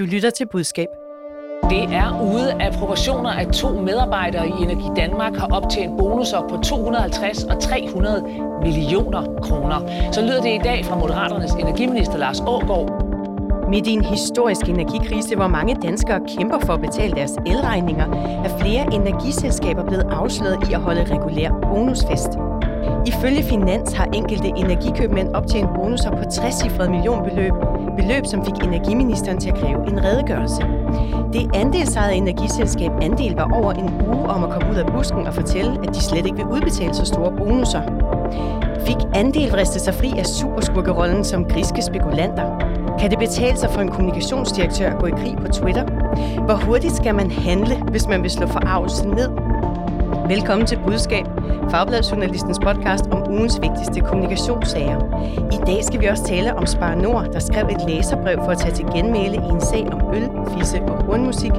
Du lytter til Budskab. Det er ude af proportioner, at 2 medarbejdere i Energi Danmark har optjent bonusser på 250 og 300 millioner kroner. Så lyder det i dag fra Moderaternes energiminister Lars Aagaard. Midt i en historisk energikrise, hvor mange danskere kæmper for at betale deres elregninger, er flere energiselskaber blevet afsløret i at holde regulær bonusfest. Ifølge Finans har enkelte energikøbmænd optjent bonusser på 60-cifrede millionbeløb, beløb som fik energiministeren til at kræve en redegørelse. Det andelsejede energiselskab Andel var over en uge om at komme ud af busken og fortælle, at de slet ikke vil udbetale så store bonusser. Fik Andel vristet sig fri af superskurkerollen som griske spekulanter? Kan det betale sig for en kommunikationsdirektør at gå i krig på Twitter? Hvor hurtigt skal man handle, hvis man vil slå forargelsen ned? Velkommen til Budskab, Fagbladsjournalistens podcast om ugens vigtigste kommunikationssager. I dag skal vi også tale om Spar Nord, der skrev et læserbrev for at tage til genmæle i en sag om øl, fisse og hornmusik.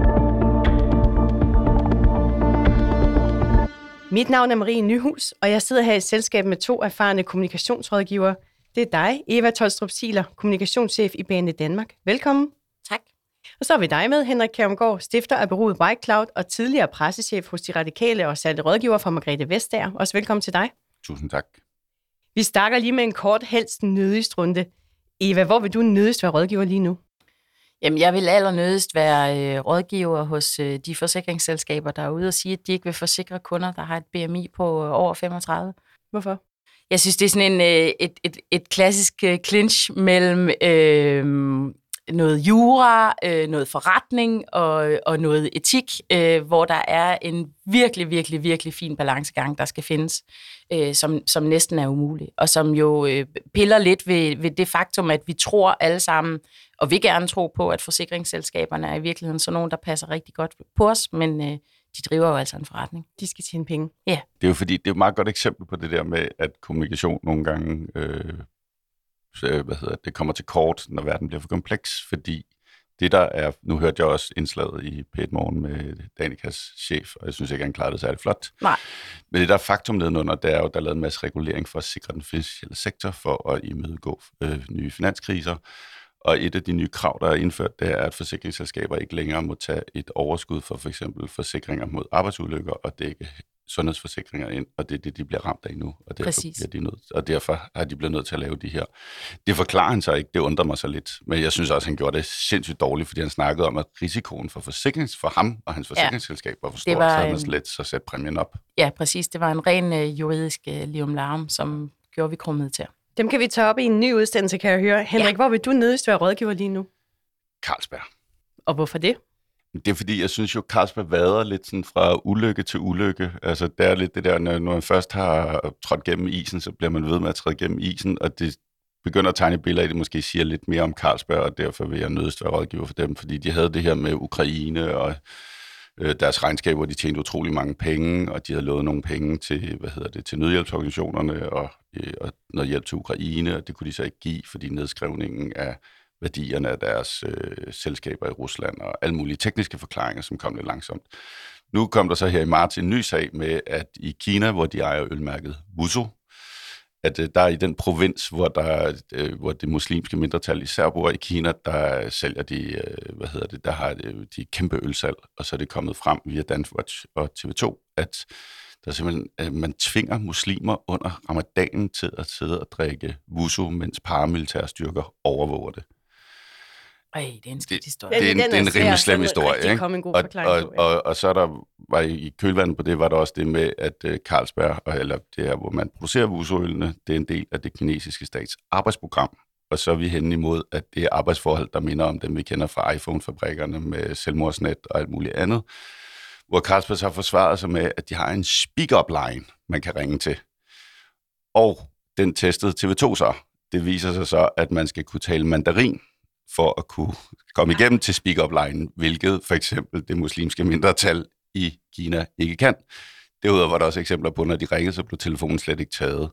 Mit navn er Marie Nyhus, og jeg sidder her i selskab med 2 erfarne kommunikationsrådgivere. Det er dig, Eva Tolstrup Ziegler, kommunikationschef i Banedanmark. Velkommen. Tak. Og så har vi dig med, Henrik Kjærumgaard, stifter af bureauet White Cloud og tidligere pressechef hos De Radikale og særlig rådgiver for Margrethe Vestager. Også velkommen til dig. Tusind tak. Vi starter lige med en kort, helst nødigst runde. Eva, hvor vil du nødigst være rådgiver lige nu? Jamen, jeg vil allernødigst være rådgiver hos de forsikringsselskaber, der er ude og sige, at de ikke vil forsikre kunder, der har et BMI på over 35. Hvorfor? Jeg synes, det er sådan et klassisk clinch mellem noget jura, noget forretning og noget etik, hvor der er en virkelig fin balancegang, der skal findes, som næsten er umulig, og som jo piller lidt ved det faktum, at vi tror alle sammen, og vi gerne tro på, at forsikringsselskaberne er i virkeligheden sådan nogen, der passer rigtig godt på os, men de driver jo altså en forretning. De skal tjene penge. Ja. Det er jo fordi, det er et meget godt eksempel på det der med, at kommunikation nogle gange det kommer til kort, når verden bliver for kompleks, fordi det der er, nu hørte jeg også indslaget i P1 Morgen med Danikas chef, og jeg synes ikke, han klarede det særlig flot. Nej. Men det der faktum nedenunder, det er jo, der er lavet en masse regulering for at sikre den finansielle sektor, for at imødegå nye finanskriser. Og et af de nye krav, der er indført, det er, at forsikringsselskaber ikke længere må tage et overskud for f.eks. forsikringer mod arbejdsulykker og dække sundhedsforsikringer ind, og det er det, de bliver ramt af nu, og derfor bliver de nødt, og derfor har de blevet nødt til at lave de her. Det forklarer han sig ikke, det undrer mig så lidt, men jeg synes også, han gjorde det sindssygt dårligt, fordi han snakkede om, at risikoen for ham og hans forsikringsselskab var for stor, så havde man let så sætte præmien op. Ja, præcis. Det var en ren juridisk liumlarm, som gjorde vi krummet til. Dem kan vi tage op i en ny udsendelse, kan jeg høre. Henrik, Hvor vil du nødigst være rådgiver lige nu? Carlsberg. Og hvorfor det? Det er fordi, jeg synes jo, Carlsberg vader lidt sådan fra ulykke til ulykke. Altså, det er lidt det der, når man først har trådt gennem isen, så bliver man ved med at træde gennem isen, og det begynder at tegne billeder af, det måske siger lidt mere om Carlsberg, og derfor vil jeg nødigst være rådgiver for dem, fordi de havde det her med Ukraine og deres regnskab, hvor de tjente utrolig mange penge, og de havde lovet nogle penge til, til nødhjælpsorganisationerne og noget hjælp til Ukraine, og det kunne de så ikke give, fordi nedskrivningen af værdierne af deres selskaber i Rusland og alle mulige tekniske forklaringer, som kom lidt langsomt. Nu kom der så her i marts en ny sag med, at i Kina, hvor de ejer ølmærket Wusu, at der er i den provins, hvor det muslimske mindretal især bor i Kina, der sælger de, der har de kæmpe ølsalg, og så er det kommet frem via Danwatch og TV2, at der simpelthen, man tvinger muslimer under ramadanen til at sidde og drikke Wusu, mens paramilitære styrker overvåger det. Ej, det er en skidt historie. Det er en rimelig slem historie, ikke? Og så var i kølvandet på det, var der også det med, at Carlsberg, eller det her, hvor man producerer Wusu-ølene, det er en del af det kinesiske stats arbejdsprogram. Og så er vi hen imod, at det er arbejdsforhold, der minder om dem, vi kender fra iPhone-fabrikkerne med selvmordsnet og alt muligt andet. Hvor Carlsberg så har forsvaret sig med, at de har en speak-up-line, man kan ringe til. Og den testede TV2 så. Det viser sig så, at man skal kunne tale mandarin for at kunne komme igennem til speak-up-linen, hvilket for eksempel det muslimske mindretal i Kina ikke kan. Derudover var der også eksempler på, når de ringede, så blev telefonen slet ikke taget.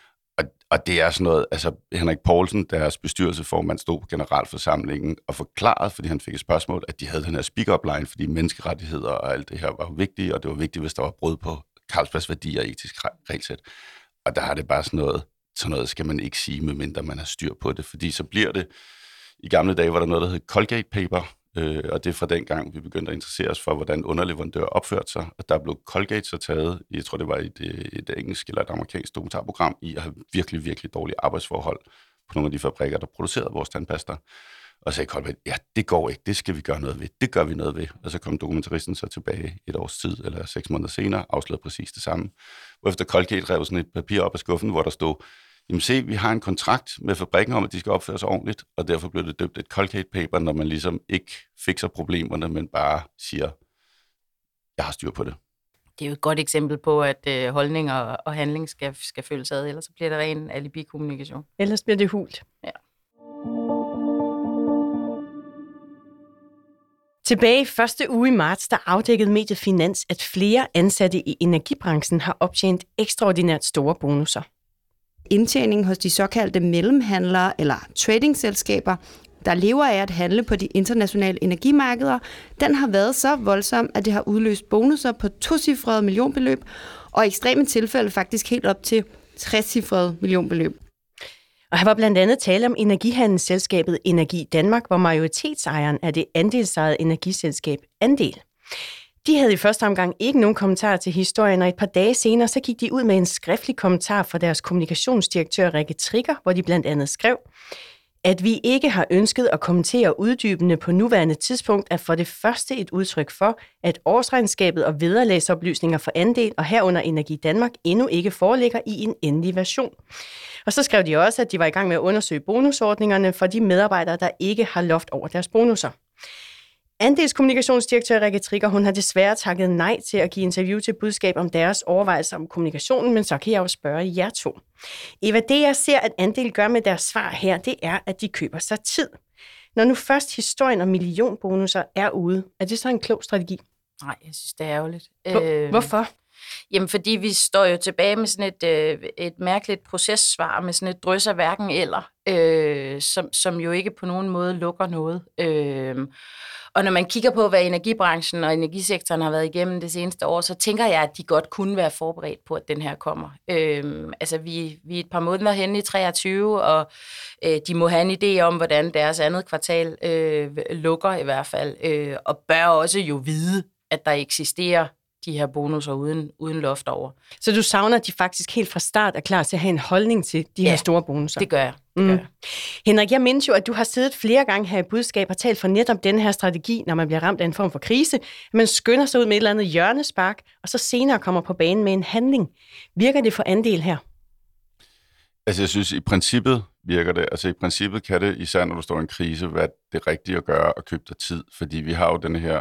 Og det er sådan noget, altså Henrik Poulsen, deres bestyrelsesformand, stod på generalforsamlingen og forklarede, fordi han fik et spørgsmål, at de havde den her speak-up-line, fordi menneskerettigheder og alt det her var vigtige, og det var vigtigt, hvis der var brud på Carlsbergs værdier og etisk regelsæt. Og der har det bare sådan noget skal man ikke sige, medmindre man har styr på det, fordi så bliver det I gamle dage var der noget, der hed Colgate Paper, og det er fra den gang, vi begyndte at interessere os for, hvordan underleverandører opførte sig. Og der blev Colgate så taget, jeg tror det var et engelsk eller et amerikansk dokumentarprogram, i at have virkelig, virkelig dårlige arbejdsforhold på nogle af de fabrikker, der producerede vores tandpasta. Og så sagde Colgate, ja, det går ikke, det skal vi gøre noget ved, det gør vi noget ved. Og så kom dokumentaristen så tilbage et års tid, eller 6 måneder senere, afslørede præcis det samme. Hvorefter Colgate rev sådan et papir op af skuffen, hvor der stod, jamen se, vi har en kontrakt med fabrikken om, at de skal opføre sig ordentligt, og derfor blev det døbt et Colgate Paper, når man ligesom ikke fikser problemerne, men bare siger, jeg har styr på det. Det er jo et godt eksempel på, at holdning og handling skal følges ad, ellers så bliver det ren alibi-kommunikation. Ellers bliver det hult. Ja. Tilbage i første uge i marts, der afdækkede mediet Finans, at flere ansatte i energibranchen har optjent ekstraordinært store bonusser. Indtjeningen hos de såkaldte mellemhandlere eller tradingselskaber, der lever af at handle på de internationale energimarkeder, den har været så voldsom, at det har udløst bonusser på 2-cifrede millionbeløb, og i ekstreme tilfælde faktisk helt op til 3-cifrede millionbeløb. Og her var blandt andet tale om energihandelsselskabet Energi Danmark, hvor majoritetsejeren er det andelsejede energiselskab Andel. De havde i første omgang ikke nogen kommentar til historien, og et par dage senere så gik de ud med en skriftlig kommentar fra deres kommunikationsdirektør Rikke Trigger, hvor de blandt andet skrev, at vi ikke har ønsket at kommentere uddybende på nuværende tidspunkt er for det første et udtryk for, at årsregnskabet og vederlagsoplysninger for Andel og herunder Energi Danmark endnu ikke foreligger i en endelig version. Og så skrev de også, at de var i gang med at undersøge bonusordningerne for de medarbejdere, der ikke har loft over deres bonusser. Andels kommunikationsdirektør Rikke Trigger, hun har desværre takket nej til at give interview til budskab om deres overvejelser om kommunikationen, men så kan jeg jo spørge jer to. Eva, det jeg ser, at Andel gør med deres svar her, det er, at de køber sig tid. Når nu først historien om millionbonusser er ude, er det så en klog strategi? Nej, jeg synes, det er ærgerligt. Hvorfor? Jamen, fordi vi står jo tilbage med sådan et mærkeligt processvar, med sådan et drøs af hverken eller, som jo ikke på nogen måde lukker noget. Og når man kigger på, hvad energibranchen og energisektoren har været igennem det seneste år, så tænker jeg, at de godt kunne være forberedt på, at den her kommer. Altså, vi er et par måneder henne i 23, og de må have en idé om, hvordan deres andet kvartal lukker i hvert fald, og bør også jo vide, at der eksisterer de her bonusser uden loft over. Så du savner, at de faktisk helt fra start er klar til at have en holdning til de her store bonusser? Det gør jeg. Henrik, jeg mindes jo, at du har siddet flere gange her i budskab og talt for netop denne her strategi, når man bliver ramt af en form for krise. Man skynder sig ud med et eller andet hjørnespark, og så senere kommer på banen med en handling. Virker det for Andel her? Altså, jeg synes, i princippet virker det. Altså, i princippet kan det, især når du står i en krise, være det rigtige at gøre og købe dig tid. Fordi vi har jo den her,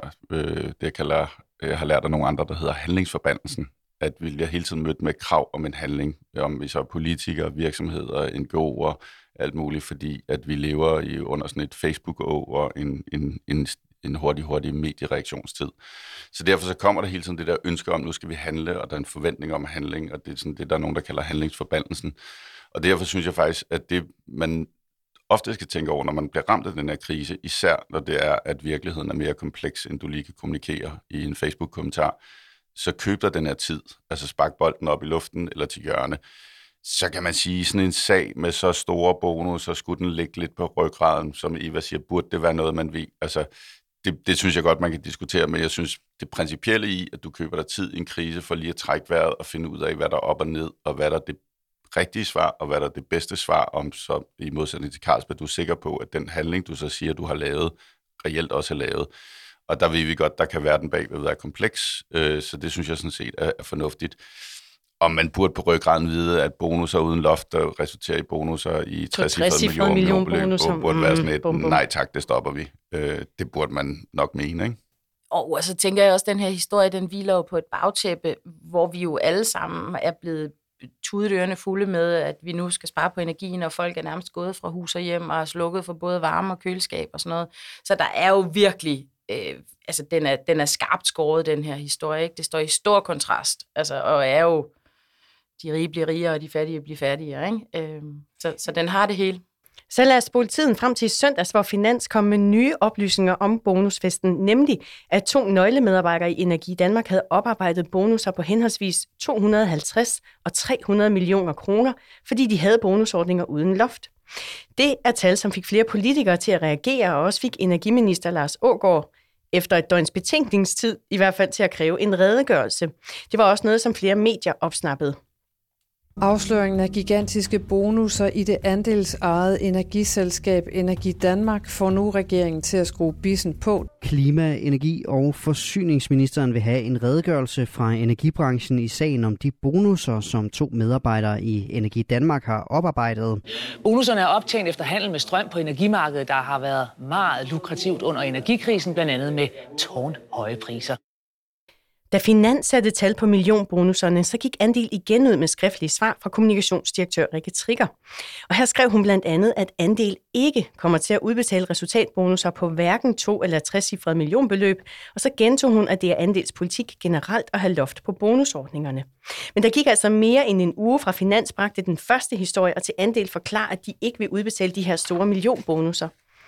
jeg har lært af nogle andre, der hedder handlingsforbandelsen. At vi bliver hele tiden mødt med krav om en handling. Om vi så er politikere, virksomheder, NGO'er, alt muligt. Fordi at vi lever under sådan et Facebook-å og en hurtig mediereaktionstid. Så derfor så kommer der hele tiden det der ønske om, nu skal vi handle, og der er en forventning om handling, og det er sådan det, der er nogen, der kalder handlingsforbandelsen. Og derfor synes jeg faktisk, at det, man ofte skal tænke over, når man bliver ramt af den her krise, især når det er, at virkeligheden er mere kompleks, end du lige kan kommunikere i en Facebook-kommentar, så køb dig den her tid, altså spark bolden op i luften eller til hjørne. Så kan man sige, sådan en sag med så store bonus, så skulle den ligge lidt på ryggraden, som Eva siger, burde det være noget, man ved. Altså, det synes jeg godt, man kan diskutere, men jeg synes, det principielle i, at du køber dig tid i en krise for lige at trække vejret og finde ud af, hvad der er op og ned, og hvad der er det rigtige svar, og hvad der er det bedste svar, om så i modsætning til Carlsberg, du er sikker på, at den handling, du så siger, du har lavet, reelt også er lavet. Og der ved vi godt, der kan verden bagved være kompleks, så det synes jeg sådan set er fornuftigt. Og man burde på ryggraden vide, at bonusser uden loft, der resulterer i bonusser i 60 millionbeløb, burde være sådan et, nej tak, det stopper vi. Det burde man nok mene, ikke? Og så tænker jeg også, at den her historie, den hviler jo på et bagtæppe, hvor vi jo alle sammen er blevet tudet ørerne fulde med, at vi nu skal spare på energien, og folk er nærmest gået fra hus og hjem og har slukket for både varme og køleskab og sådan noget. Så der er jo virkelig, altså den er skarpt skåret, den her historie, ikke? Det står i stor kontrast, altså, og er jo, de rige bliver rigere, og de fattige bliver fattigere, ikke? Så den har det hele. Så lad os spole tiden frem til søndags, hvor Finans kom med nye oplysninger om bonusfesten, nemlig at 2 nøglemedarbejdere i Energi Danmark havde oparbejdet bonusser på henholdsvis 250 og 300 millioner kroner, fordi de havde bonusordninger uden loft. Det er tal, som fik flere politikere til at reagere, og også fik energiminister Lars Aagaard efter et døgns betænkningstid i hvert fald til at kræve en redegørelse. Det var også noget, som flere medier opsnappede. Afsløringen af gigantiske bonusser i det andelsejede energiselskab Energi Danmark får nu regeringen til at skrue bissen på. Klima-, energi- og forsyningsministeren vil have en redegørelse fra energibranchen i sagen om de bonusser, som 2 medarbejdere i Energi Danmark har oparbejdet. Bonuserne er optjent efter handel med strøm på energimarkedet, der har været meget lukrativt under energikrisen, blandt andet med tårnhøje priser. Da Finans satte tal på millionbonuserne, så gik Andel igen ud med skriftlige svar fra kommunikationsdirektør Rikke Trigger. Og her skrev hun blandt andet, at Andel ikke kommer til at udbetale resultatbonusser på hverken 2 eller 3-cifrede millionbeløb, og så gentog hun, at det er Andels politik generelt at have loft på bonusordningerne. Men der gik altså mere end en uge fra Finans bragte den første historie, og til Andel forklare, at de ikke vil udbetale de her store millionbonusser.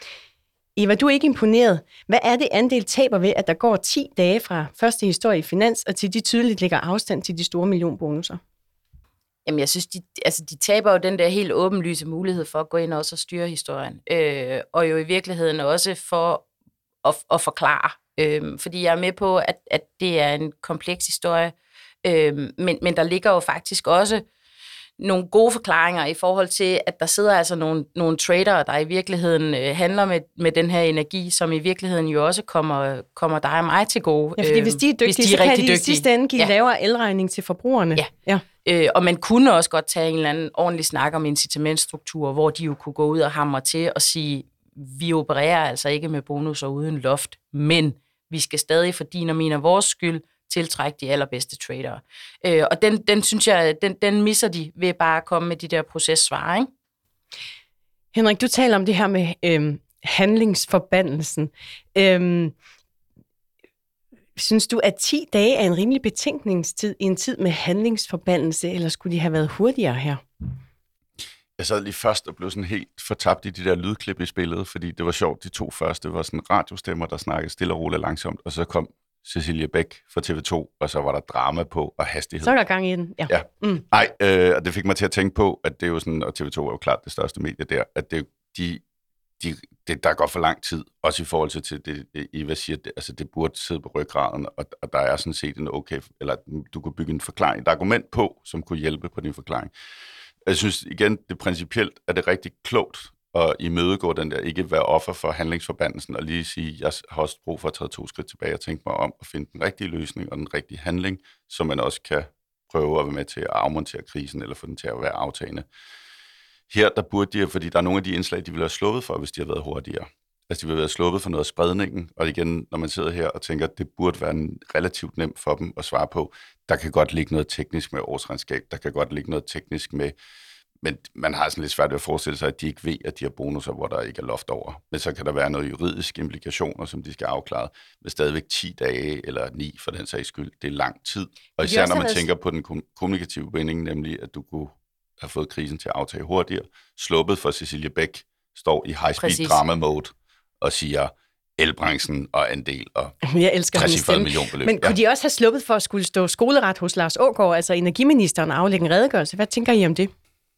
Eva, du er ikke imponeret. Hvad er det, Andel taber ved, at der går 10 dage fra første historie i Finans, og til de tydeligt ligger afstand til de store millionbonusser? Jamen, jeg synes, de taber jo den der helt åbenlyse mulighed for at gå ind og også styre historien. Og jo i virkeligheden også for at forklare. Fordi jeg er med på, at det er en kompleks historie. Men der ligger jo faktisk også nogle gode forklaringer i forhold til, at der sidder altså nogle tradere, der i virkeligheden handler med den her energi, som i virkeligheden jo også kommer dig og mig til gode. Ja, fordi hvis de er dygtige, så kan de i sidste ende give lavere elregning til forbrugerne. Ja. Og man kunne også godt tage en eller anden ordentlig snak om incitamentstruktur, hvor de jo kunne gå ud og hamre til og sige, vi opererer altså ikke med bonusser uden loft, men vi skal stadig for din og min og vores skyld tiltrække de allerbedste tradere. Og den synes jeg, den misser de ved bare at komme med de der processvar, ikke? Henrik, du taler om det her med handlingsforbandelsen. Synes du, at 10 dage er en rimelig betænkningstid i en tid med handlingsforbandelse, eller skulle de have været hurtigere her? Jeg sad lige først og blev sådan helt fortabt i de der lydklip i spillet, fordi det var sjovt. De 2 første var sådan radiostemmer, der snakkede stille og roligt langsomt, og så kom Cecilie Bæk fra TV2, og så var der drama på og hastighed. Så er der gang i den, ja. Og det fik mig til at tænke på, at det er jo sådan, og TV2 er jo klart det største medie der, at det, der går for lang tid, også i forhold til det, Eva siger, det burde sidde på ryggraden, og der er sådan set en okay, eller du kunne bygge en forklaring, et argument på, som kunne hjælpe på din forklaring. Jeg synes igen, det principielt er det rigtig klogt at imødegå den der, ikke være offer for handlingsforbandelsen, og lige sige, jeg har også brug for at tage 2 skridt tilbage og tænke mig om at finde den rigtige løsning og den rigtige handling, så man også kan prøve at være med til at afmontere krisen, eller få den til at være aftagende. Her, der burde de, fordi der er nogle af de indslag, de ville have sluppet for, hvis de havde været hurtigere. Altså, de ville have været sluppet for noget af spredningen, og igen, når man sidder her og tænker, at det burde være relativt nemt for dem at svare på, der kan godt ligge noget teknisk med årsregnskab, der kan godt ligge noget teknisk med, men man har sådan lidt svært ved at forestille sig, at de ikke ved, at de har bonusser, hvor der ikke er loft over. Men så kan der være noget juridiske implikationer, som de skal afklare. Men stadigvæk 10 dage eller 9 for den sags skyld, det er lang tid. Og især når man tænker på den kommunikative binding, nemlig at du kunne have fået krisen til at aftage hurtigere, sluppet for Cecilie Bæk, står i high-speed drama-mode og siger elbranchen og Andel og 60 millionbeløb. Men kunne de også have sluppet for at skulle stå skoleret hos Lars Aagaard, altså energiministeren, og aflægge en redegørelse? Hvad tænker I om det?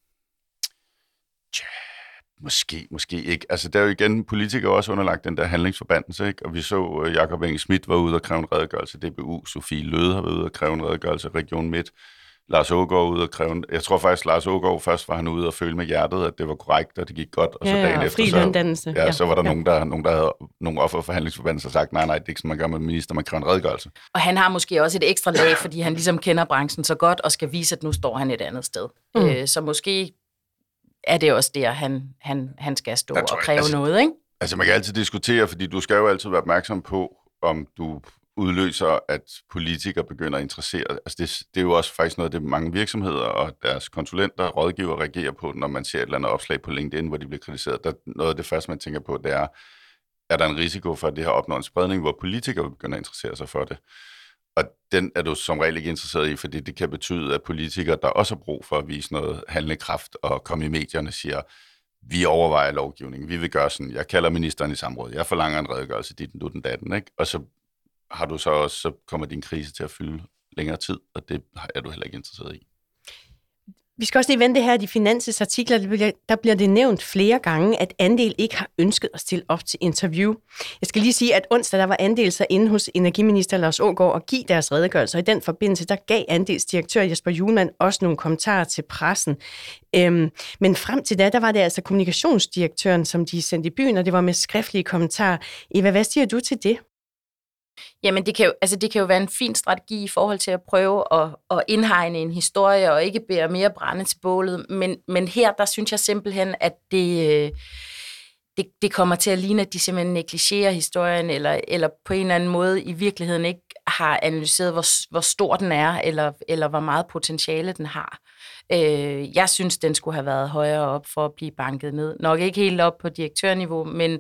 Måske ikke. Altså, der er jo igen politikere også underlagt den der handlingsforbandelse, ikke? Og vi så, Jakob Engel-Schmidt var ude og kræve en redegørelse, DBU, Sofie Løde har været ude og kræve en redegørelse, Region Midt, Lars Aagaard ude og kræve en... Jeg tror faktisk, Lars Aagaard først var han ude og føle med hjertet, at det var korrekt, og det gik godt, og så dagen efter, så var der nogen, der havde nogle offer for handlingsforbandelse og sagt, nej, det er ikke sådan, man gør med minister, man kræver en redegørelse. Og han har måske også et ekstra lag, fordi han ligesom kender branchen så godt, og skal vise, at nu står han et andet sted. Så måske er det også der, han skal stå og kræve noget, ikke? Altså, man kan altid diskutere, fordi du skal jo altid være opmærksom på, om du udløser, at politikere begynder at interessere. Altså, det er jo også faktisk noget, det mange virksomheder og deres konsulenter, rådgiver reagerer på, når man ser et eller andet opslag på LinkedIn, hvor de bliver kritiseret. Noget af det første, man tænker på, det er der en risiko for, at det her opnår en spredning, hvor politikere begynder at interessere sig for det. Og den er du som regel ikke interesseret i, fordi det kan betyde, at politikere, der også har brug for at vise noget handlekraft og komme i medierne, siger, vi overvejer lovgivning, vi vil gøre sådan, jeg kalder ministeren i samråd, jeg forlanger en redegørelse, dit den, du den datten, ikke? Og så har du så kommer din krise til at fylde længere tid, og det er du heller ikke interesseret i. Vi skal også lige vende det her i de Finanses artikler. Der bliver det nævnt flere gange, at Andel ikke har ønsket at stille op til interview. Jeg skal lige sige, at onsdag der var Andel så inde hos energiminister Lars Aagaard og give deres redegørelse. Og i den forbindelse, der gav Andels direktør Jesper Hjulmand også nogle kommentarer til pressen. Men frem til da, der var det altså kommunikationsdirektøren, som de sendte i byen, og det var med skriftlige kommentarer. Eva, hvad siger du til det? Jamen, det kan jo være en fin strategi i forhold til at prøve at indhegne en historie og ikke bære mere brænde til bålet. Men her, der synes jeg simpelthen, at det kommer til at ligne, at de simpelthen negligerer historien, eller på en eller anden måde i virkeligheden ikke har analyseret, hvor stor den er, eller hvor meget potentiale den har. Jeg synes, den skulle have været højere op for at blive banket ned. Nok ikke helt op på direktørniveau,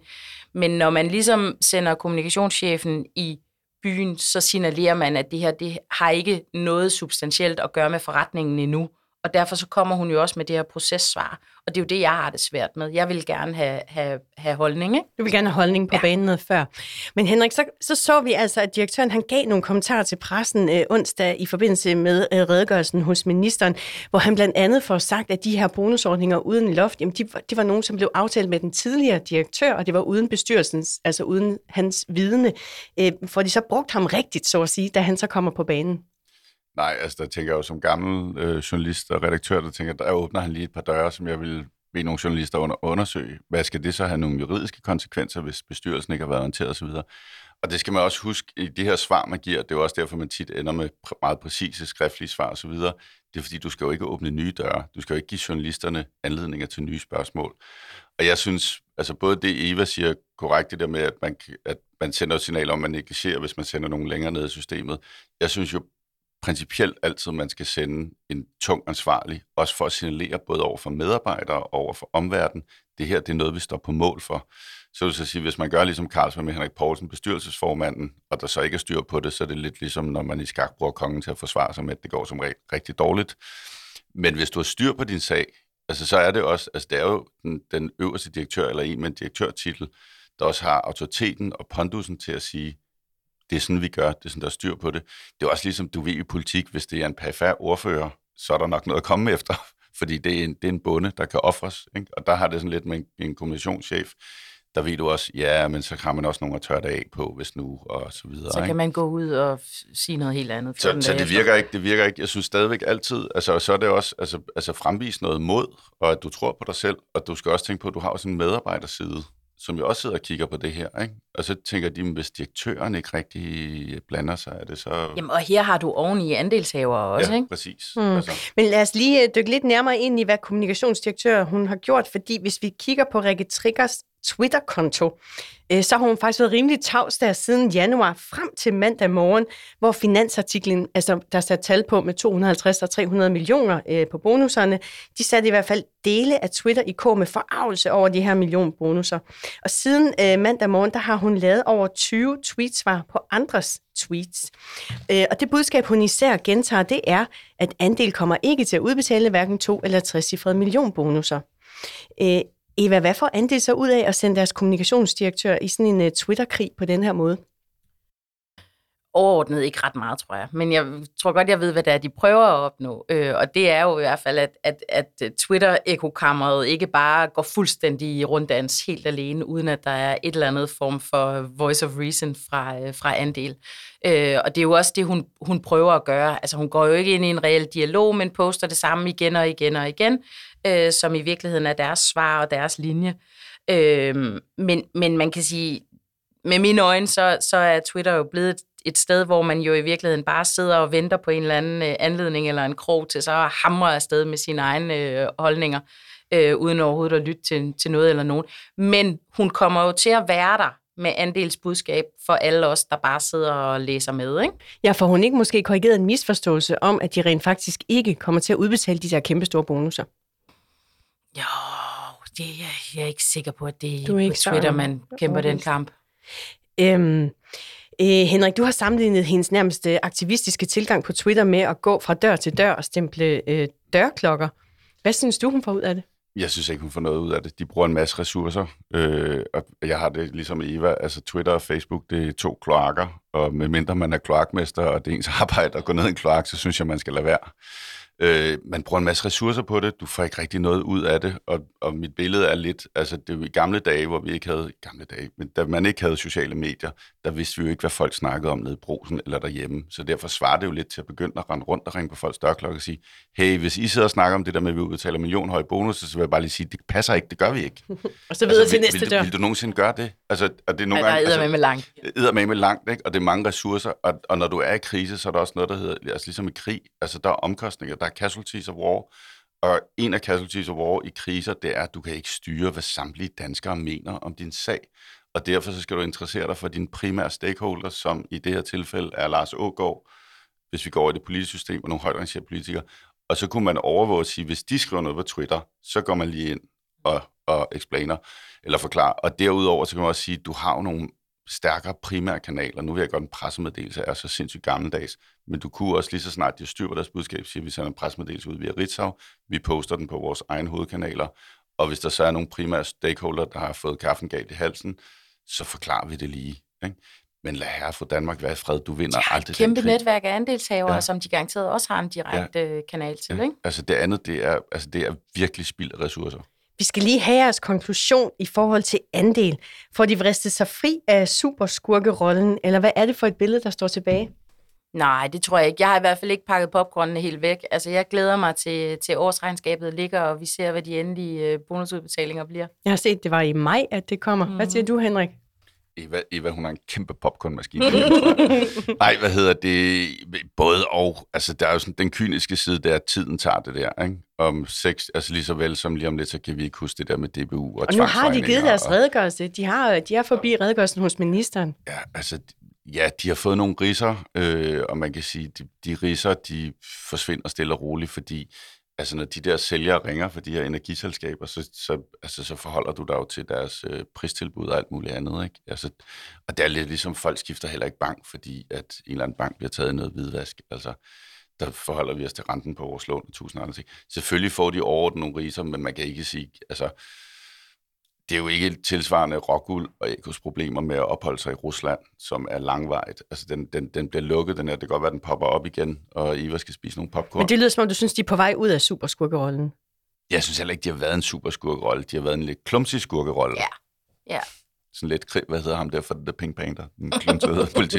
men når man ligesom sender kommunikationschefen i byen, så signalerer man, at det her det har ikke noget substantielt at gøre med forretningen endnu. Og derfor så kommer hun jo også med det her processvar. Og det er jo det, jeg har det svært med. Jeg vil gerne have holdning, ikke? Du vil gerne have holdning på banen noget før. Men Henrik, så vi altså, at direktøren han gav nogle kommentarer til pressen onsdag i forbindelse med redegørelsen hos ministeren, hvor han blandt andet får sagt, at de her bonusordninger uden loft, jamen de var nogen, som blev aftalt med den tidligere direktør, og det var uden bestyrelsens, altså uden hans vidne. For de så brugt ham rigtigt, så at sige, da han så kommer på banen. Nej, altså der tænker jeg jo som gammel journalist og redaktør, der tænker, der åbner han lige et par døre, som jeg vil bede nogle journalister undersøge. Hvad skal det så have nogle juridiske konsekvenser, hvis bestyrelsen ikke har været orienteret osv.? Og det skal man også huske, i de her svar, man giver, det er jo også derfor, man tit ender med meget præcise skriftlige svar osv. Det er fordi, du skal jo ikke åbne nye døre. Du skal jo ikke give journalisterne anledninger til nye spørgsmål. Og jeg synes, altså både det Eva siger korrekt, det der med, at man sender et signal om, at man negligerer, hvis man sender nogen længere ned i systemet. Jeg synes jo principielt altid, man skal sende en tung ansvarlig, også for at signalere både over for medarbejdere og over for omverdenen. Det her, det er noget, vi står på mål for. Så vil jeg sige, hvis man gør ligesom Carlsberg med Henrik Poulsen, bestyrelsesformanden, og der så ikke er styr på det, så er det lidt ligesom, når man i skak bruger kongen til at forsvare sig med, at det går som rigtig dårligt. Men hvis du har styr på din sag, altså så er det også, altså det er jo den øverste direktør, eller en med en direktørtitel, der også har autoriteten og pondusen til at sige, det er sådan, vi gør, det er sådan, der er styr på det. Det er også ligesom, du ved i politik, hvis det er en perifær ordfører, så er der nok noget at komme efter, fordi det er en bonde, der kan ofres, ikke? Og der har det sådan lidt med en kommunikationschef, der ved du også, ja, men så har man også nogen at tørre det af på, hvis nu, og så videre. Så kan man gå ud og sige noget helt andet. Så det virker ikke. Jeg synes stadigvæk altid, altså så er det også, altså fremvise noget mod, og at du tror på dig selv, og du skal også tænke på, at du har også en medarbejderside, som jo også sidder og kigger på det her, ikke? Og så tænker de, hvis direktøren ikke rigtig blander sig, er det så... Jamen, og her har du oveni andelshaver også, ja, ikke? Præcis. Altså. Men lad os lige dykke lidt nærmere ind i, hvad kommunikationsdirektør hun har gjort, fordi hvis vi kigger på Rikke Triggers Twitter-konto, så har hun faktisk været rimelig tavs der siden januar frem til mandag morgen, hvor finansartiklen, altså der satte tal på med 250 og 300 millioner på bonuserne, de satte i hvert fald dele af Twitter i kog med forarvelse over de her millionbonusser. Og siden mandag morgen, der har hun lavet over 20 tweetsvar på andres tweets. Og det budskab, hun især gentager, det er, at Andel kommer ikke til at udbetale hverken 2 eller 60-cifrede millionbonusser. Eva, hvad får Andel så ud af at sende deres kommunikationsdirektør i sådan en Twitter-krig på den her måde? Overordnet ikke ret meget, tror jeg. Men jeg tror godt, jeg ved, hvad det er, de prøver at opnå. Og det er jo i hvert fald, at Twitter-ekokammeret ikke bare går fuldstændig i runddans helt alene, uden at der er et eller andet form for voice of reason fra Andel. Og det er jo også det, hun prøver at gøre. Altså hun går jo ikke ind i en reel dialog, men poster det samme igen og igen og igen, som i virkeligheden er deres svar og deres linje. Men man kan sige, med mine øjne, så er Twitter jo blevet et sted, hvor man jo i virkeligheden bare sidder og venter på en eller anden anledning eller en krog til så at hamre afsted med sine egne holdninger, uden overhovedet at lytte til noget eller nogen. Men hun kommer jo til at være der med Andels budskab for alle os, der bare sidder og læser med, ikke? Ja, for hun ikke måske korrigeret en misforståelse om, at de rent faktisk ikke kommer til at udbetale de der kæmpestore bonusser. Jo, jeg er ikke sikker på, at det er på Twitter, man kæmper den kamp. Henrik, du har sammenlignet hendes nærmest aktivistiske tilgang på Twitter med at gå fra dør til dør og stemple dørklokker. Hvad synes du, hun får ud af det? Jeg synes ikke, hun får noget ud af det. De bruger en masse ressourcer, og jeg har det ligesom Eva, altså Twitter og Facebook, det er 2 kloakker, og medmindre man er kloakmester, og det er ens arbejde at gå ned i en kloak, så synes jeg, man skal lade være. Man bruger en masse ressourcer på det, du får ikke rigtig noget ud af det, og mit billede er lidt, altså det er jo i gamle dage, hvor vi ikke havde, men da man ikke havde sociale medier, der vidste vi jo ikke, hvad folk snakkede om nede i Brugsen eller derhjemme, så derfor svarer det jo lidt til at begynde at rende rundt og ringe på folks dørklokke og sige, hey, hvis I sidder og snakker om det der med, at vi udbetaler millionhøje bonus, så vil jeg bare lige sige, det passer ikke, det gør vi ikke. Og så videre til næste dør. Vil du nogensinde gøre det? Altså, og det er nogle Der gange, er med langt. med langt, ikke? Og det er mange ressourcer, og når du er i krise, så er der også noget, der hedder, altså ligesom i krig, altså der er omkostninger, der er casualties of war, og en af casualties of war i kriser, det er, at du kan ikke styre, hvad samtlige danskere mener om din sag, og derfor så skal du interessere dig for dine primære stakeholders, som i det her tilfælde er Lars Aagaard, hvis vi går over i det politiske system, og nogle højt rangerede politikere, og så kunne man overvåge og sige, hvis de skriver noget på Twitter, så går man lige ind og explainer, eller forklarer, og derudover så kan man også sige, at du har jo nogle stærkere primære kanaler. Nu vil jeg godt, en pressemeddelelse er så sindssygt gammeldags, men du kunne også lige så snart de styr på deres budskab, sige, at vi sender en pressemeddelelse ud via Ritzau, vi poster den på vores egen hovedkanaler, og hvis der så er nogle primære stakeholder, der har fået kaffen galt i halsen, så forklarer vi det lige. Ikke? Men lad herre for Danmark være i fred, du vinder aldrig kæmpe netværk af andelshavere, som de garanteret også har en direkte kanal til. Ikke? Altså det andet, det er virkelig spild af ressourcer. Vi skal lige have jeres konklusion i forhold til andel. Får de vristet sig fri af superskurkerollen, eller hvad er det for et billede, der står tilbage? Nej, det tror jeg ikke. Jeg har i hvert fald ikke pakket popcornene helt væk. Altså, jeg glæder mig til årsregnskabet ligger, og vi ser, hvad de endelige bonusudbetalinger bliver. Jeg har set, det var i maj, at det kommer. Hvad siger du, Henrik? Eva, hun har en kæmpe popcornmaskine. Nej, hvad hedder det? Både og. Altså, der er jo sådan den kyniske side, der tiden tager det der, ikke? Om 6, altså lige så vel som lige om lidt, så kan vi ikke huske det der med DBU og nu har de givet deres redegørelse. De er forbi redegørelsen hos ministeren. Ja, altså, ja, de har fået nogle ridser, og man kan sige, de ridser, de forsvinder stille og roligt, fordi altså, når de der sælgere ringer for de her energiselskaber, så forholder du dig jo til deres pristilbud og alt muligt andet, ikke? Altså, og det er lidt ligesom, folk skifter heller ikke bank, fordi at en eller anden bank bliver taget i noget hvidvask. Altså, der forholder vi os til renten på vores lån og 1000 andre ting. Selvfølgelig får de overordnet nogle riser, men man kan ikke sige, altså, det er jo ikke tilsvarende Rockwool og Ekos problemer med at opholde sig i Rusland, som er langvejt. Altså, den bliver lukket, den her. Det kan godt være, den popper op igen, og Eva skal spise nogle popcorn. Men det lyder som om, du synes, de er på vej ud af superskurkerollen. Jeg synes heller ikke, de har været en superskurkerolle. De har været en lidt klumsig skurkerolle. Ja. Sådan lidt, hvad hedder ham der for The Pink Panther? Den klumsede politi.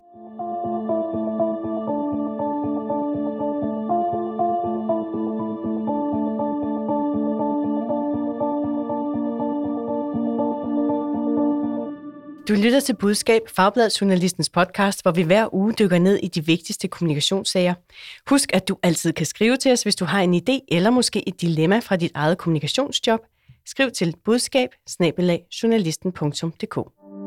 Du lytter til Budskab, Fagbladet-journalistens podcast, hvor vi hver uge dykker ned i de vigtigste kommunikationssager. Husk, at du altid kan skrive til os, hvis du har en idé eller måske et dilemma fra dit eget kommunikationsjob. Skriv til budskab@journalisten.dk.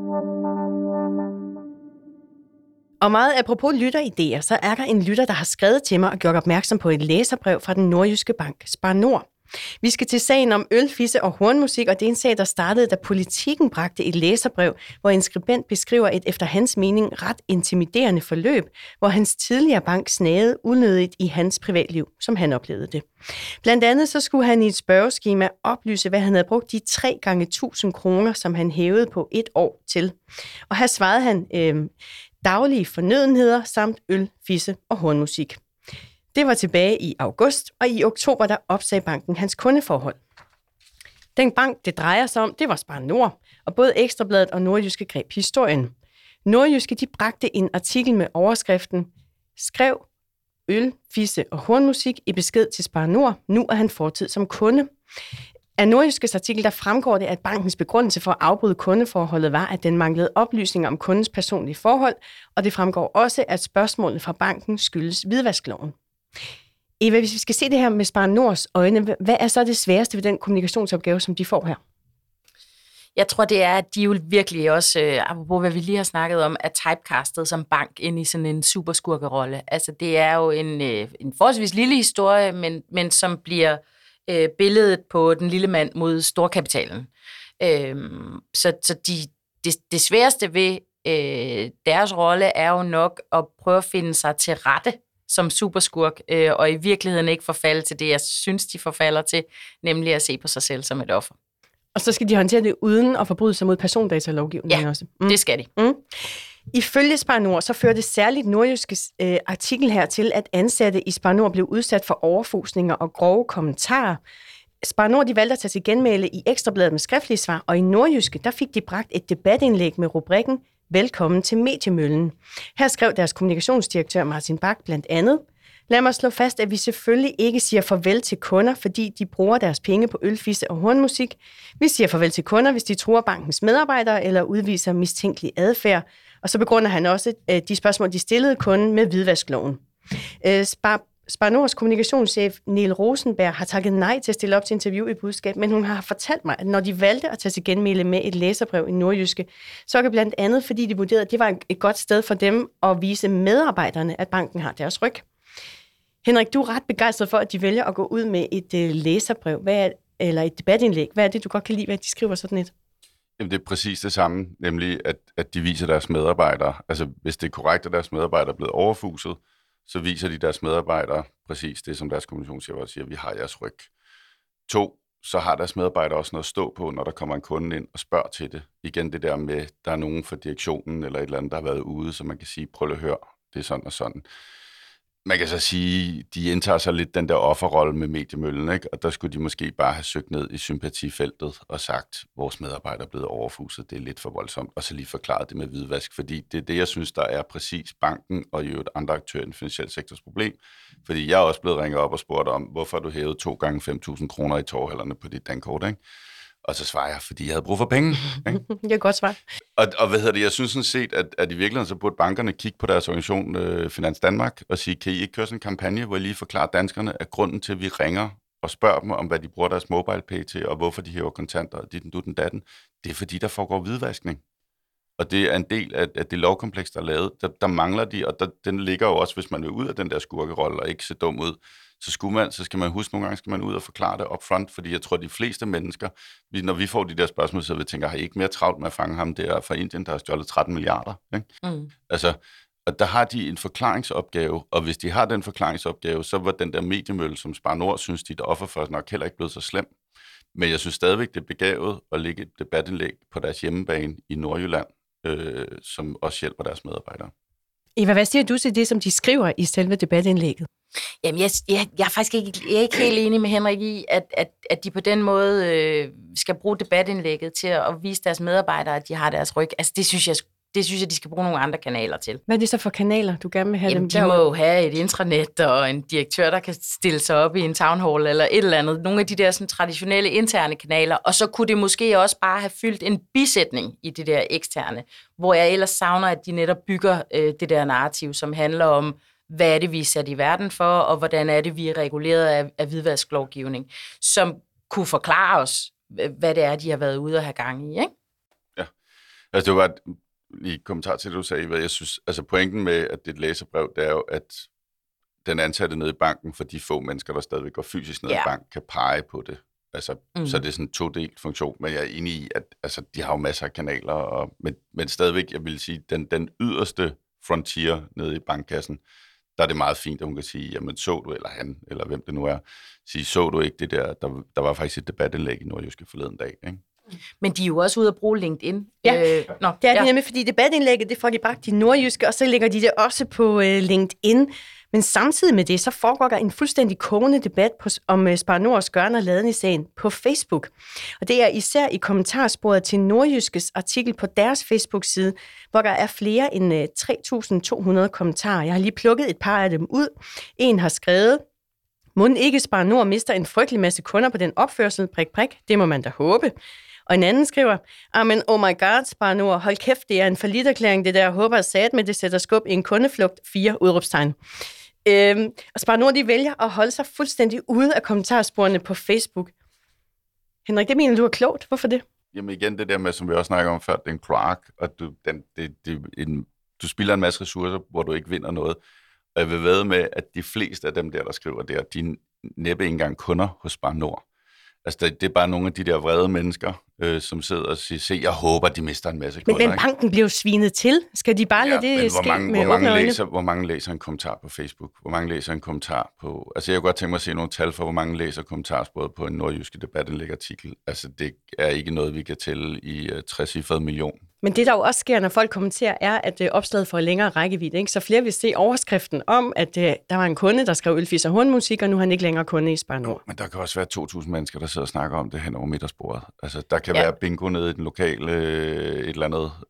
Og meget apropos lytteridéer, så er der en lytter, der har skrevet til mig og gjort opmærksom på et læserbrev fra den nordjyske bank Spar Nord. Vi skal til sagen om øl, fisse og hornmusik, og det er en sag, der startede, da Politikken bragte et læserbrev, hvor en skribent beskriver et efter hans mening ret intimiderende forløb, hvor hans tidligere bank snagede unødigt i hans privatliv, som han oplevede det. Blandt andet så skulle han i et spørgeskema oplyse, hvad han havde brugt de 3 gange 1000 kroner, som han hævede på et år til. Og her svarede han daglige fornødenheder samt øl, fisse og hornmusik. Det var tilbage i august, og i oktober der opsagde banken hans kundeforhold. Den bank, det drejer sig om, det var Spar Nord, og både Ekstrabladet og Nordjyske greb historien. Nordjyske, de bragte en artikel med overskriften "Skrev øl, fisse og hornmusik i besked til Spar Nord. Nu er han fortid som kunde." Af Nordjyskes artikel, der fremgår det, at bankens begrundelse for at afbryde kundeforholdet var, at den manglede oplysninger om kundens personlige forhold, og det fremgår også, at spørgsmålet fra banken skyldes hvidvaskloven. Eva, hvis vi skal se det her med Spar Nords øjne, hvad er så det sværeste ved den kommunikationsopgave, som de får her? Jeg tror, det er, at de jo virkelig også, apropos hvad vi lige har snakket om, er typecastet som bank ind i sådan en superskurkerolle. Altså, det er jo en forholdsvis lille historie, men som bliver billedet på den lille mand mod storkapitalen. Så det sværeste ved deres rolle er jo nok at prøve at finde sig til rette som superskurk, og i virkeligheden ikke forfalde til det, jeg synes, de forfalder til, nemlig at se på sig selv som et offer. Og så skal de håndtere det uden at forbryde sig mod persondatalovgivningen også. Det skal de. Ifølge Spar Nord, så førte særligt Nordjyskes artikel her til, at ansatte i Spar Nord blev udsat for overfusninger og grove kommentarer. Spar Nord, de valgte at tage til genmæle i Ekstrabladet med skriftlige svar, og i Nordjyske, der fik de bragt et debatindlæg med rubrikken Velkommen til Mediemøllen. Her skrev deres kommunikationsdirektør Martin Bak blandt andet: Lad mig slå fast, at vi selvfølgelig ikke siger farvel til kunder, fordi de bruger deres penge på ølfisse og hornmusik. Vi siger farvel til kunder, hvis de truer bankens medarbejdere eller udviser mistænkelig adfærd. Og så begrunder han også de spørgsmål, de stillede kunden med hvidvaskloven. Spar Nords kommunikationschef Niel Rosenberg har takket nej til at stille op til interview i Budskab, men hun har fortalt mig, at når de valgte at tage til genmæle med et læserbrev i Nordjyske, så er det blandt andet, fordi de vurderede, at det var et godt sted for dem at vise medarbejderne, at banken har deres ryg. Henrik, du er ret begejstret for, at de vælger at gå ud med et læserbrev eller et debatindlæg. Hvad er det, du godt kan lide, hvad de skriver sådan et? Jamen, det er præcis det samme, nemlig at de viser deres medarbejdere. Altså, hvis det er korrekt, at deres medarbejdere er blevet overfuset, så viser de deres medarbejdere præcis det, som deres kommunikationschef siger, vi har jeres ryg. 2, så har deres medarbejdere også noget at stå på, når der kommer en kunde ind og spørger til det. Igen det der med, der er nogen fra direktionen eller et eller andet, der har været ude, så man kan sige, prøv at høre, det er sådan og sådan. Man kan så sige, de indtager sig lidt den der offerrolle med mediemøllen, ikke? Og der skulle de måske bare have søgt ned i sympatifeltet og sagt, vores medarbejdere er blevet overfuset, det er lidt for voldsomt, og så lige forklaret det med hvidvask, fordi det er det, jeg synes, der er præcis banken og jo et andre aktør i den finansielle sektors problem, fordi jeg er også blevet ringet op og spurgt om, hvorfor du hævede 2 gange 5.000 kroner i torvhallerne på dit dankort, ikke? Og så svarer jeg, fordi jeg havde brug for penge. Ikke? Det er godt svar. Og hvad hedder det? Jeg synes sådan set, at i virkeligheden så burde bankerne kigge på deres organisation Finans Danmark og sige, kan I ikke køre sådan en kampagne, hvor I lige forklarer danskerne, at grunden til, at vi ringer og spørger dem om, hvad de bruger deres MobilePay til, og hvorfor de hæver kontanter, og den datten, det er fordi, der foregår hvidvaskning. Og det er en del af det lovkompleks, der er lavet. Der mangler de, og den ligger jo også, hvis man vil ud af den der skurkerolle og ikke se dum ud, så skal man huske, nogle gange skal man ud og forklare det upfront, fordi jeg tror, de fleste mennesker, når vi får de der spørgsmål, så vi tænker, har I ikke mere travlt med at fange ham der fra Indien, der har stjålet 13 milliarder? Ikke? Mm. Altså, og der har de en forklaringsopgave, og hvis de har den forklaringsopgave, så var den der mediemølle, som Spar Nord synes, de er offer for, nok heller ikke blevet så slem. Men jeg synes stadigvæk, det er begavet at lægge et debatindlæg på deres hjemmebane i Nordjylland, som også hjælper deres medarbejdere. Eva, hvad siger du til det, som de skriver i selve debatindlægget? Jamen, jeg er faktisk ikke helt enig med Henrik i, at de på den måde skal bruge debatindlægget til at vise deres medarbejdere, at de har deres ryg. Altså, det synes jeg, de skal bruge nogle andre kanaler til. Hvad er det så for kanaler, du gerne vil have? Jamen, de må jo have et intranet og en direktør, der kan stille sig op i en town hall eller et eller andet. Nogle af de der sådan, traditionelle interne kanaler. Og så kunne det måske også bare have fyldt en bisætning i det der eksterne, hvor jeg ellers savner, at de netop bygger det der narrativ, som handler om, hvad er det, vi er sat i verden for, og hvordan er det, vi er reguleret af hvidvasklovgivning, som kunne forklare os, hvad det er, de har været ude og have gang i, ikke? Ja, altså det var lige kommentar til det, du sagde, hvad jeg synes, altså pointen med, at det er et læserbrev, det er jo, at den ansatte nede i banken, for de få mennesker, der stadigvæk går fysisk ned i banken, kan pege på det. Altså, så er det sådan en todelt funktion, men jeg er enig i, at altså, de har jo masser af kanaler, men stadigvæk, jeg vil sige, den yderste frontier nede i bankkassen, der er det meget fint, at hun kan sige, jamen så du, eller han, eller hvem det nu er, sige, så du ikke det der var faktisk et debatindlæg i Nordjyske forleden dag, ikke? Men de er jo også ude at bruge LinkedIn. Ja, det er det nemlig, fordi debatindlægget, det får de bragt i Nordjyske, og så lægger de det også på LinkedIn. Men samtidig med det, så foregår der en fuldstændig kogende debat om Spar Nords gøren og laden i sagen på Facebook. Og det er især i kommentarsporet til Nordjyskes artikel på deres Facebook-side, hvor der er flere end 3.200 kommentarer. Jeg har lige plukket et par af dem ud. En har skrevet: "Mon ikke Spar Nord mister en frygtelig masse kunder på den opførsel, prik. Det må man da håbe." Og en anden skriver: "Amen, oh my god, Spar Nord, hold kæft, det er en falliterklæring, det der, håber sat med, det sætter skub i en kundeflugt, 4 udråbstegn." Og Spar Nord, de vælger at holde sig fuldstændig ude af kommentarsporene på Facebook. Henrik, det mener du er klogt. Hvorfor det? Jamen igen, det der med, som vi også snakker om før, det er en kloak, og du spilder en masse ressourcer, hvor du ikke vinder noget. Og jeg vil vædde med, at de fleste af dem der skriver der, de er næppe ikke engang kunder hos Spar Nord. Altså, det er bare nogle af de der vrede mennesker, som sidder og siger, se, jeg håber, de mister en masse kunder. Men banken blev svinet til. Skal de bare lade det ske med åbne øjne? Hvor mange læser en kommentar på Facebook? Hvor mange læser en kommentar på... Altså, jeg kunne godt tænke mig at se nogle tal for, hvor mange læser kommentarsporet på en Nordjyske debatindlæg-artikel. Altså, det er ikke noget, vi kan tælle i 60-cifrede million. Men det, der jo også sker, når folk kommenterer, er, at opslaget får længere rækkevidde. Ikke? Så flere vil se overskriften om, at der var en kunde, der skrev Ylfis og Hornmusik, og nu er han ikke længere kunde i Spar Nord. Men der kan også være 2.000 mennesker, der sidder og snakker om det hen over middagsbordet. Altså, der kan være bingo nede i den lokale et eller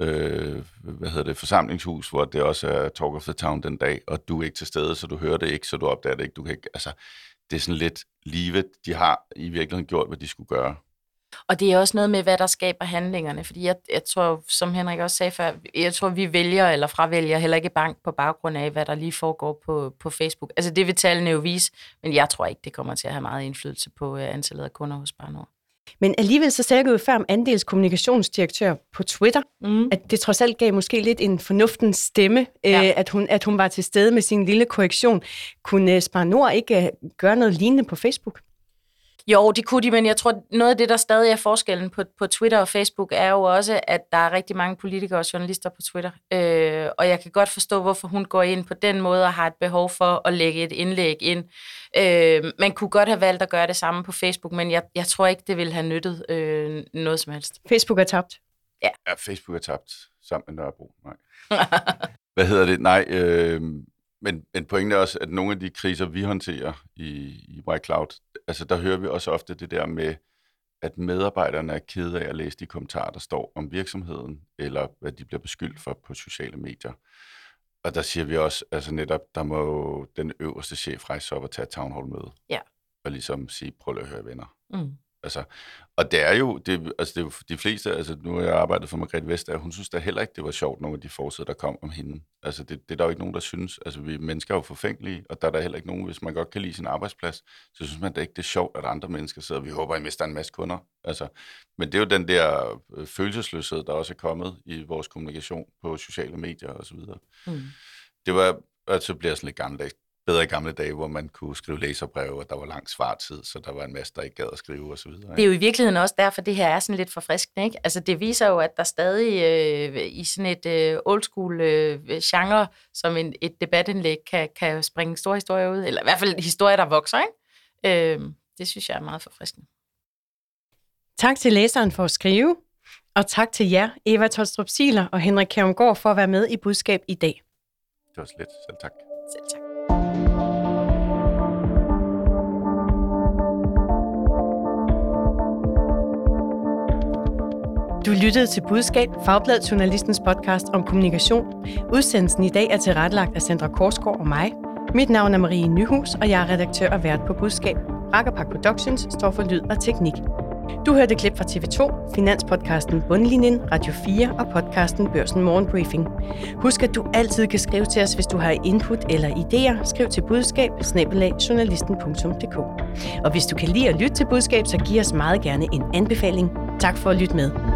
andet forsamlingshus, hvor det også er Talk of the Town den dag, og du er ikke til stede, så du hører det ikke, så du opdager det ikke. Du kan ikke, altså, det er sådan lidt livet. De har i virkeligheden gjort, hvad de skulle gøre. Og det er også noget med, hvad der skaber handlingerne, fordi jeg tror, som Henrik også sagde før, jeg tror, vi vælger eller fravælger heller ikke bank på baggrund af, hvad der lige foregår på Facebook. Altså det vil tallene jo vise, men jeg tror ikke, det kommer til at have meget indflydelse på antallet af kunder hos Spar Nord. Men alligevel så sagde jeg jo før om andels kommunikationsdirektør på Twitter, at det trods alt gav måske lidt en fornuftens stemme, at hun var til stede med sin lille korrektion. Kunne Spar Nord ikke gøre noget lignende på Facebook? Jo, det kunne de, men jeg tror, noget af det, der stadig er forskellen på Twitter og Facebook, er jo også, at der er rigtig mange politikere og journalister på Twitter. Og jeg kan godt forstå, hvorfor hun går ind på den måde og har et behov for at lægge et indlæg ind. Man kunne godt have valgt at gøre det samme på Facebook, men jeg tror ikke, det ville have nyttet noget som helst. Facebook er tabt. Ja, Facebook er tabt sammen med Nørrebro. Nej. Nej, men pointen er også, at nogle af de kriser, vi håndterer i White Cloud, altså der hører vi også ofte det der med, at medarbejderne er kede af at læse de kommentarer, der står om virksomheden, eller hvad de bliver beskyldt for på sociale medier. Og der siger vi også, altså netop, der må den øverste chef rejse op og tage et town hall møde. Ja. Og ligesom sige, prøv at høre venner. Mm. Altså, og det er jo de fleste, altså nu har jeg arbejdet for Margrethe Vestager, hun synes da heller ikke, det var sjovt, nogle af de forsider, der kom om hende. Altså, det er der jo ikke nogen, der synes. Altså, vi mennesker er jo forfængelige, og der er der heller ikke nogen, hvis man godt kan lide sin arbejdsplads, så synes man da ikke, det er sjovt, at andre mennesker sidder, vi håber, I mister en masse kunder. Altså, men det er jo den der følelsesløshed, der også er kommet i vores kommunikation på sociale medier og så videre. Mm. Det var, altså bliver sådan lidt gammeldags. Bedre i gamle dage, hvor man kunne skrive læserbreve, og der var lang svartid, så der var en masse, der ikke gad at skrive osv. Det er jo i virkeligheden også derfor, det her er sådan lidt forfriskende, ikke? Altså det viser jo, at der stadig i sådan et old school genre, som et debatindlæg, kan springe store historier ud, eller i hvert fald historier, der vokser, ikke? Det synes jeg er meget forfriskende. Tak til læseren for at skrive, og tak til jer, Eva Tolstrup Sihler og Henrik Kjærumgaard, for at være med i Budskab i dag. Det var så lidt. Selv tak. Selv tak. Du lyttede til Budskab, Fagbladet Journalistens podcast om kommunikation. Udsendelsen i dag er tilrettelagt af Sandra Korsgaard og mig. Mit navn er Marie Nyhus, og jeg er redaktør og vært på Budskab. Rakkerpak Productions står for lyd og teknik. Du hørte klip fra TV2, Finanspodcasten Bundlinjen, Radio 4 og podcasten Børsen Morgenbriefing. Husk, at du altid kan skrive til os, hvis du har input eller idéer. Skriv til budskab@journalisten.dk. Og hvis du kan lide at lytte til Budskab, så giv os meget gerne en anbefaling. Tak for at lytte med.